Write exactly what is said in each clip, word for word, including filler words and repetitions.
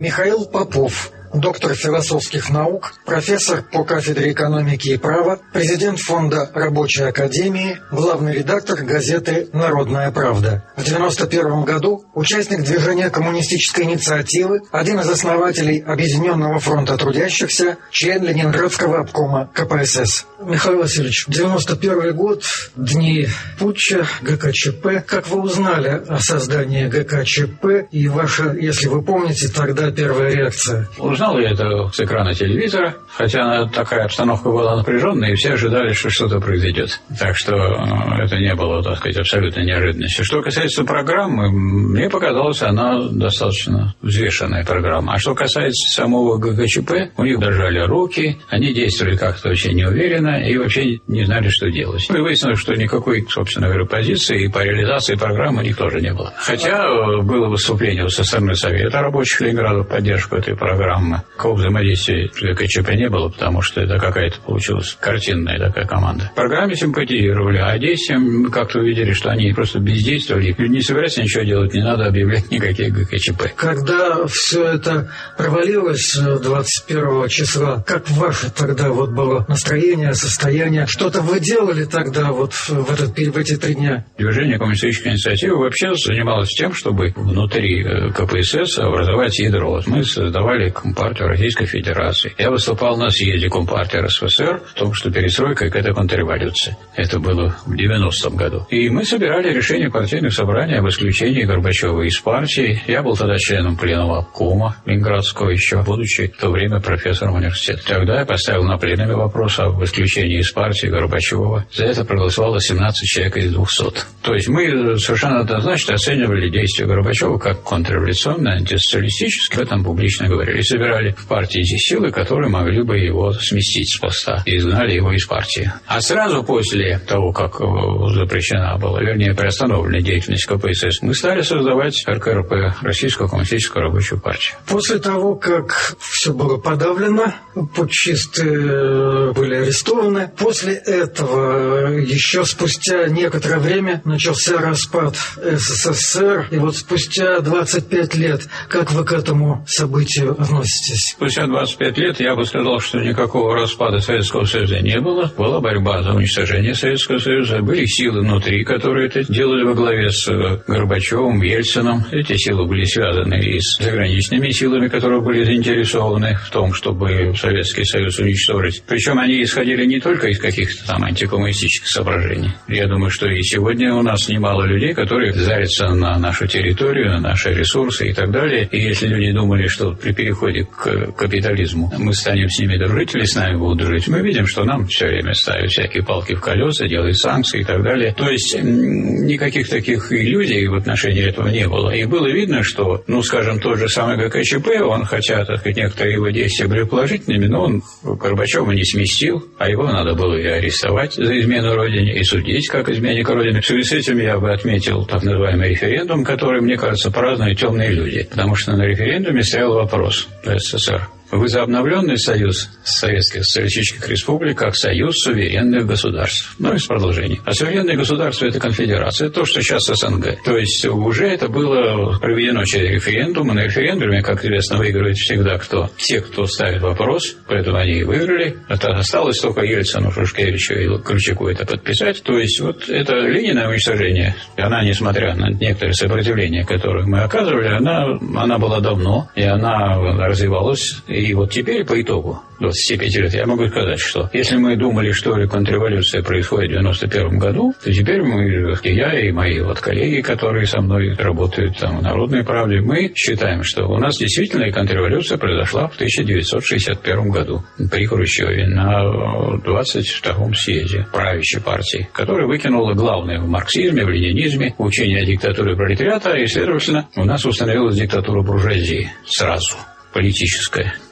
Михаил Попов, доктор философских наук, профессор по кафедре экономики и права, президент фонда Рабочей академии, главный редактор газеты «Народная правда». В девяносто первом году участник движения коммунистической инициативы, один из основателей Объединенного фронта трудящихся, член Ленинградского обкома ка пэ эс эс. Михаил Васильевич, девяносто первый год, дни путча, гэ ка че пэ. Как вы узнали о создании гэ ка че пэ и ваша, если вы помните, тогда первая реакция? Узнал я это с экрана телевизора, хотя такая обстановка была напряженная, и все ожидали, что что-то произойдет. Так что это не было, так сказать, абсолютной неожиданностью. Что касается программы, мне показалось, она достаточно взвешенная программа. А что касается самого гэ ка че пэ, у них дрожали руки, они действовали как-то очень неуверенно и вообще не знали, что делать. И выяснилось, что никакой, собственно говоря, позиции и по реализации программы у них тоже не было. Хотя было выступление со стороны Совета рабочих Ленинграда в поддержку этой программы. Какого взаимодействия с гэ ка че пэ не было, потому что это какая-то получилась картинная такая команда. В программе симпатизировали, а действием мы как-то увидели, что они просто бездействовали. Не собираются ничего делать, не надо объявлять никаких гэ ка че пэ. Когда все это провалилось двадцать первого числа, как ваше тогда вот было настроение, состояние? Что-то вы делали тогда вот в, этот, в эти три дня? Движение коммунистической инициативы вообще занималось тем, чтобы внутри ка пэ эс эс образовать ядро. Мы создавали Компартию Российской Федерации. Я выступал на съезде Компартии эр эс эф эс эр в том, что перестройка – это контрреволюция. Это было в девяностом году. И мы собирали решение партийных собраний об исключении Горбачева из партии. Я был тогда членом пленума обкома Ленинградского еще, будучи в то время профессором университета. Тогда я поставил на пленуме вопрос об исключении из партии Горбачева. За это проголосовало семнадцать человек из двухсот. То есть мы совершенно однозначно оценивали действия Горбачева как контрреволюционные, антисоциалистические. Об этом публично говорили. И собирали в партии эти силы, которые могли бы его сместить с поста. И изгнали его из партии. А сразу после того, как запрещена была, вернее, приостановлена деятельность ка пэ эс эс, мы стали создавать эр ка эр пэ, Российскую коммунистическую рабочую партию. После того, как все было подавлено, путчисты были арестованы, после этого еще спустя некоторое время начался распад эс эс эс эр, и вот спустя двадцать пять лет, как вы к этому событию относитесь? Спустя двадцать пять лет я бы сказал, что никакого распада Советского Союза не было. Была борьба за уничтожение Советского Союза. Были силы внутри, которые это делали во главе с Горбачевым, Ельциным. Эти силы были связаны и с заграничными силами, которые были заинтересованы в том, чтобы Советский Союз уничтожить. Причем они исходили не только из каких-то там антикоммунистических соображений. Я думаю, что и сегодня у нас немало людей, которые зарятся на нашу территорию, на наши ресурсы и так далее. И если люди думали, что при переходе к капитализму мы станем с ними дружить или с нами будут дружить, мы видим, что нам все время ставят всякие палки в колеса, делают санкции и так далее. То есть никаких таких иллюзий в отношении этого не было. И было видно, что, ну, скажем, тот же самый гэ ка че пэ, он, хотя, так сказать, некоторые его действия были положительными, но он Горбачева не сместил, а его надо было и арестовать за измену Родине, и судить как изменник Родины. В связи с этим я бы отметил так называемый референдум, который, мне кажется, празднуют темные люди, потому что на референдуме стоял вопрос в эс эс эс эр: вы за обновленный союз Советских Социалистических Республик как союз суверенных государств. Ну, из продолжения. А суверенные государства – это конфедерация, то, что сейчас эс эн гэ. То есть уже это было проведено через референдум. И на референдуме, как известно, выигрывает всегда кто? Те, кто ставит вопрос, поэтому они и выиграли. Это осталось только Ельцину, Шушкевичу и Кричаку это подписать. То есть вот это линейное уничтожение, она, несмотря на некоторые сопротивления, которые мы оказывали, она, она была давно, и она развивалась. И вот теперь, по итогу двадцати пяти лет, я могу сказать, что если мы думали, что контрреволюция происходит в девяносто первом году, то теперь мы, и я, и мои вот коллеги, которые со мной работают там, в «Народной правде», мы считаем, что у нас действительно контрреволюция произошла в тысяча девятьсот шестьдесят первом году при Хрущеве на двадцать втором съезде правящей партии, которая выкинула главное в марксизме, в ленинизме учение о диктатуре пролетариата, и, следовательно, у нас установилась диктатура буржуазии сразу, политическая.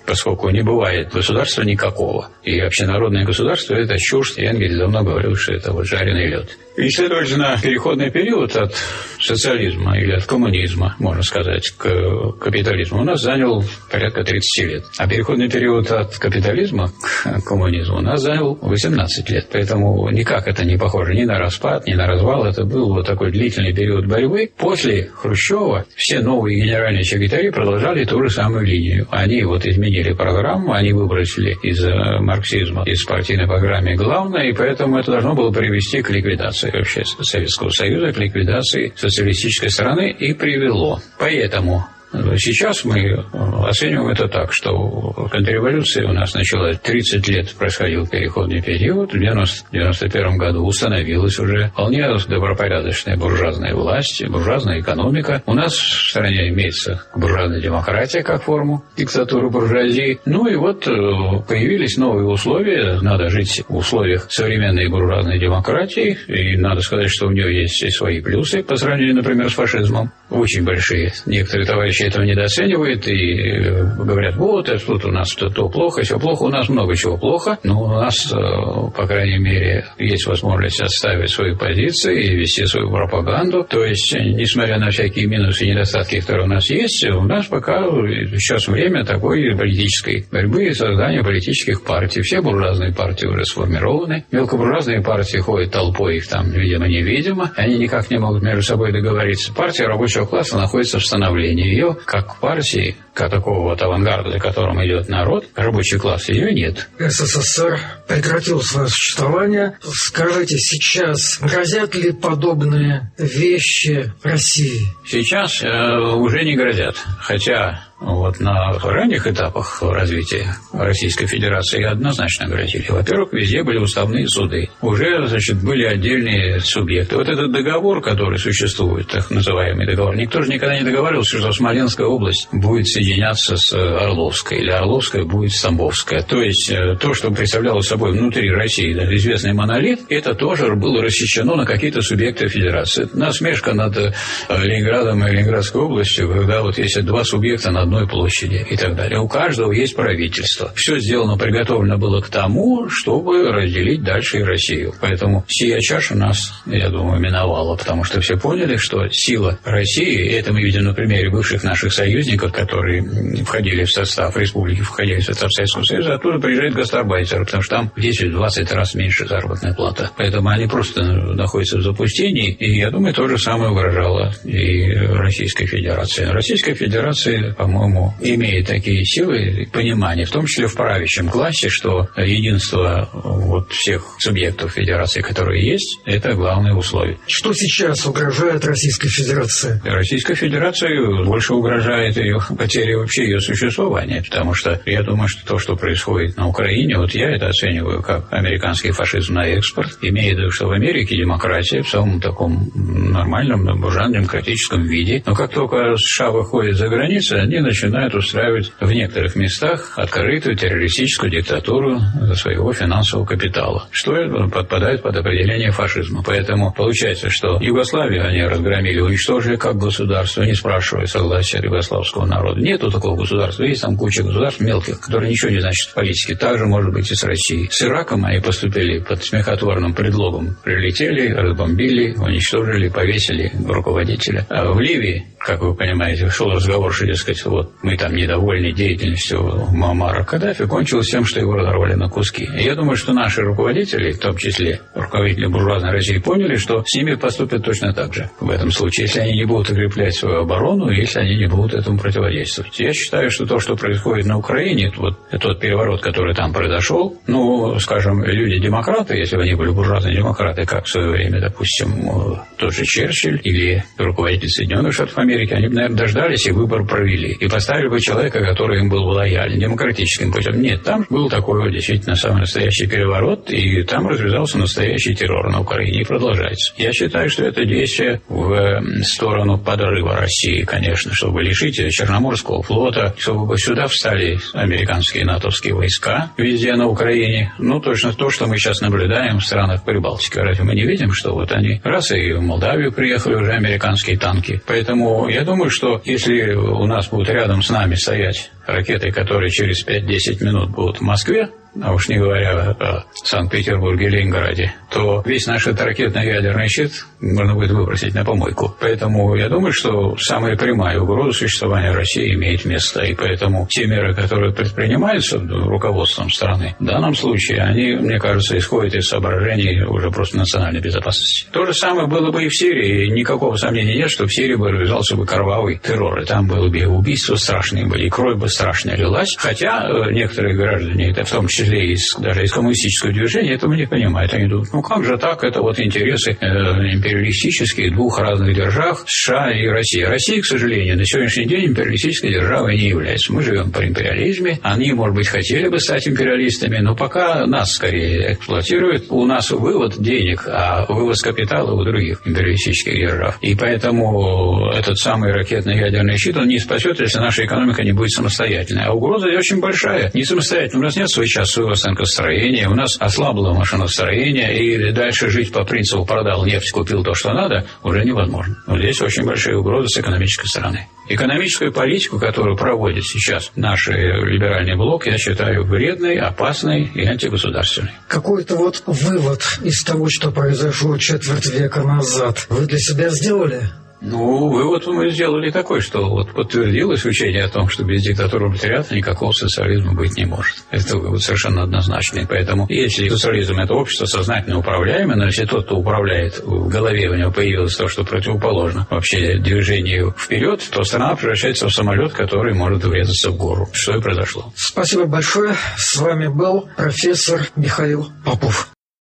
поскольку не бывает государства никакого. И общенародное государство – это чушь. Энгельс давно говорил, что это вот жареный лед. И, следовательно, переходный период от социализма или от коммунизма, можно сказать, к капитализму у нас занял порядка тридцати лет. А переходный период от капитализма к коммунизму у нас занял восемнадцать лет. Поэтому никак это не похоже ни на распад, ни на развал. Это был вот такой длительный период борьбы. После Хрущева все новые генеральные секретари продолжали ту же самую линию. Они вот изменили программу, они выбросили из марксизма, из партийной программы главное, и поэтому это должно было привести к ликвидации вообще Советского Союза, к ликвидации социалистической страны, и привело. Поэтому сейчас мы оцениваем это так, что контрреволюция у нас началась, тридцать лет происходил переходный период, в девяносто первом году установилась уже вполне добропорядочная буржуазная власть, буржуазная экономика. У нас в стране имеется буржуазная демократия как форму диктатуры буржуазии. Ну и вот появились новые условия, надо жить в условиях современной буржуазной демократии, и надо сказать, что у нее есть и свои плюсы по сравнению, например, с фашизмом, очень большие. Некоторые товарищи этого недооценивают и говорят, вот, тут у нас то, то плохо, все плохо. У нас много чего плохо, но у нас, по крайней мере, есть возможность отставить свои позиции и вести свою пропаганду. То есть, несмотря на всякие минусы и недостатки, которые у нас есть, у нас пока сейчас время такой политической борьбы и создания политических партий. Все буржуазные партии уже сформированы. Мелкобуржуазные партии ходят толпой, их там, видимо-невидимо. Они никак не могут между собой договориться. Партия рабочего класса находится в становлении. Ее как партии, как такого вот авангарда, за которым идет народ, рабочий класс, ее нет. СССР прекратил свое существование. Скажите, сейчас грозят ли подобные вещи России? Сейчас э, уже не грозят. Хотя вот на ранних этапах развития Российской Федерации однозначно грозили. Во-первых, везде были уставные суды. Уже, значит, были отдельные субъекты. Вот этот договор, который существует, так называемый договор, никто же никогда не договаривался, что Смоленская область будет соединяться с Орловской, или Орловская будет с Тамбовская. То есть, то, что представляло собой внутри России, да, известный монолит, это тоже было рассечено на какие-то субъекты Федерации. Насмешка над Ленинградом и Ленинградской областью, когда вот есть два субъекта на одной площади и так далее. У каждого есть правительство. Все сделано, приготовлено было к тому, чтобы разделить дальше и Россию. Поэтому сия чаша нас, я думаю, миновала, потому что все поняли, что сила России, и это мы видим на примере бывших наших союзников, которые входили в состав республики, входили в состав Советского Союза, оттуда приезжают гастарбайтеры, потому что там в десять-двадцать раз меньше заработная плата. Поэтому они просто находятся в запустении, и я думаю, то же самое угрожало и Российской Федерации. Российская Федерация, по-моему, по-моему, имеет такие силы и понимание, в том числе в правящем классе, что единство вот всех субъектов Федерации, которые есть, это главное условие. Что сейчас угрожает Российской Федерации? Российской Федерации больше угрожает ее потеря вообще ее существования, потому что я думаю, что то, что происходит на Украине, вот я это оцениваю как американский фашизм на экспорт, имея в виду, что в Америке демократия в самом таком нормальном, буржуазно-демократическом виде, но как только США выходят за границу, они начинают устраивать в некоторых местах открытую террористическую диктатуру своего финансового капитала, что подпадает под определение фашизма. Поэтому получается, что Югославию они разгромили, уничтожили как государство, не спрашивая согласия югославского народа. Нету такого государства, есть там куча государств мелких, которые ничего не значат в политике. Так же может быть и с Россией. С Ираком они поступили под смехотворным предлогом. Прилетели, разбомбили, уничтожили, повесили руководителя. А в Ливии, как вы понимаете, шел разговор, что, дескать, вот мы там недовольны деятельностью Муаммара Каддафи, кончилось тем, что его разорвали на куски. И я думаю, что наши руководители, в том числе руководители буржуазной России, поняли, что с ними поступят точно так же в этом случае, если они не будут укреплять свою оборону, если они не будут этому противодействовать. Я считаю, что то, что происходит на Украине, вот тот переворот, который там произошел, ну, скажем, люди-демократы, если бы они были буржуазные демократы, как в свое время, допустим, тот же Черчилль или руководитель Соединенных Штатов Америки, они бы, наверное, дождались и выбор провели. И поставили бы человека, который им был лоялен, демократическим путем. Нет, там был такой вот действительно самый настоящий переворот, и там развязался настоящий террор на Украине и продолжается. Я считаю, что это действие в сторону подрыва России, конечно, чтобы лишить Черноморского морского флота, чтобы бы сюда встали американские и натовские войска везде на Украине. Ну, точно то, что мы сейчас наблюдаем в странах Прибалтики. Разве мы не видим, что вот они раз и в Молдавию приехали уже американские танки. Поэтому я думаю, что если у нас будут рядом с нами стоять ракеты, которые через пять-десять минут будут в Москве, а уж не говоря о Санкт-Петербурге, Ленинграде, то весь наш ракетно-ядерный щит можно будет выбросить на помойку. Поэтому я думаю, что самая прямая угроза существования России имеет место. И поэтому те меры, которые предпринимаются руководством страны, в данном случае, они, мне кажется, исходят из соображений уже просто национальной безопасности. То же самое было бы и в Сирии. И никакого сомнения нет, что в Сирии бы развивался бы кровавый террор. И там было бы убийства страшные были, и кровь бы страшно лилась. Хотя некоторые граждане, в том числе из, даже из коммунистического движения, этого не понимают. Они думают, ну как же так, это вот интересы э, империалистические двух разных держав, США и России. Россия, к сожалению, на сегодняшний день империалистической державой не является. Мы живем при империализме, они, может быть, хотели бы стать империалистами, но пока нас скорее эксплуатируют. У нас вывод денег, а вывоз капитала у других империалистических держав. И поэтому этот самый ракетно-ядерный щит, он не спасет, если наша экономика не будет самостоятельной. А угроза очень большая. Не самостоятельная. У нас нет своего сейчас своего станкостроения, у нас ослабло машиностроение, и дальше жить по принципу «продал нефть, купил то, что надо» уже невозможно. Но здесь очень большие угрозы с экономической стороны. Экономическую политику, которую проводит сейчас наш либеральный блок, я считаю вредной, опасной и антигосударственной. Какой-то вот вывод из того, что произошло четверть века назад, вы для себя сделали? Ну, вывод мы сделали такой, что вот подтвердилось учение о том, что без диктатуры пролетариата никакого социализма быть не может. Это вывод совершенно однозначный. Поэтому, если социализм – это общество сознательно управляемое, но если тот, кто управляет, в голове у него появилось то, что противоположно вообще движению вперед, то страна превращается в самолет, который может врезаться в гору. Что и произошло. Спасибо большое. С вами был профессор Михаил Попов.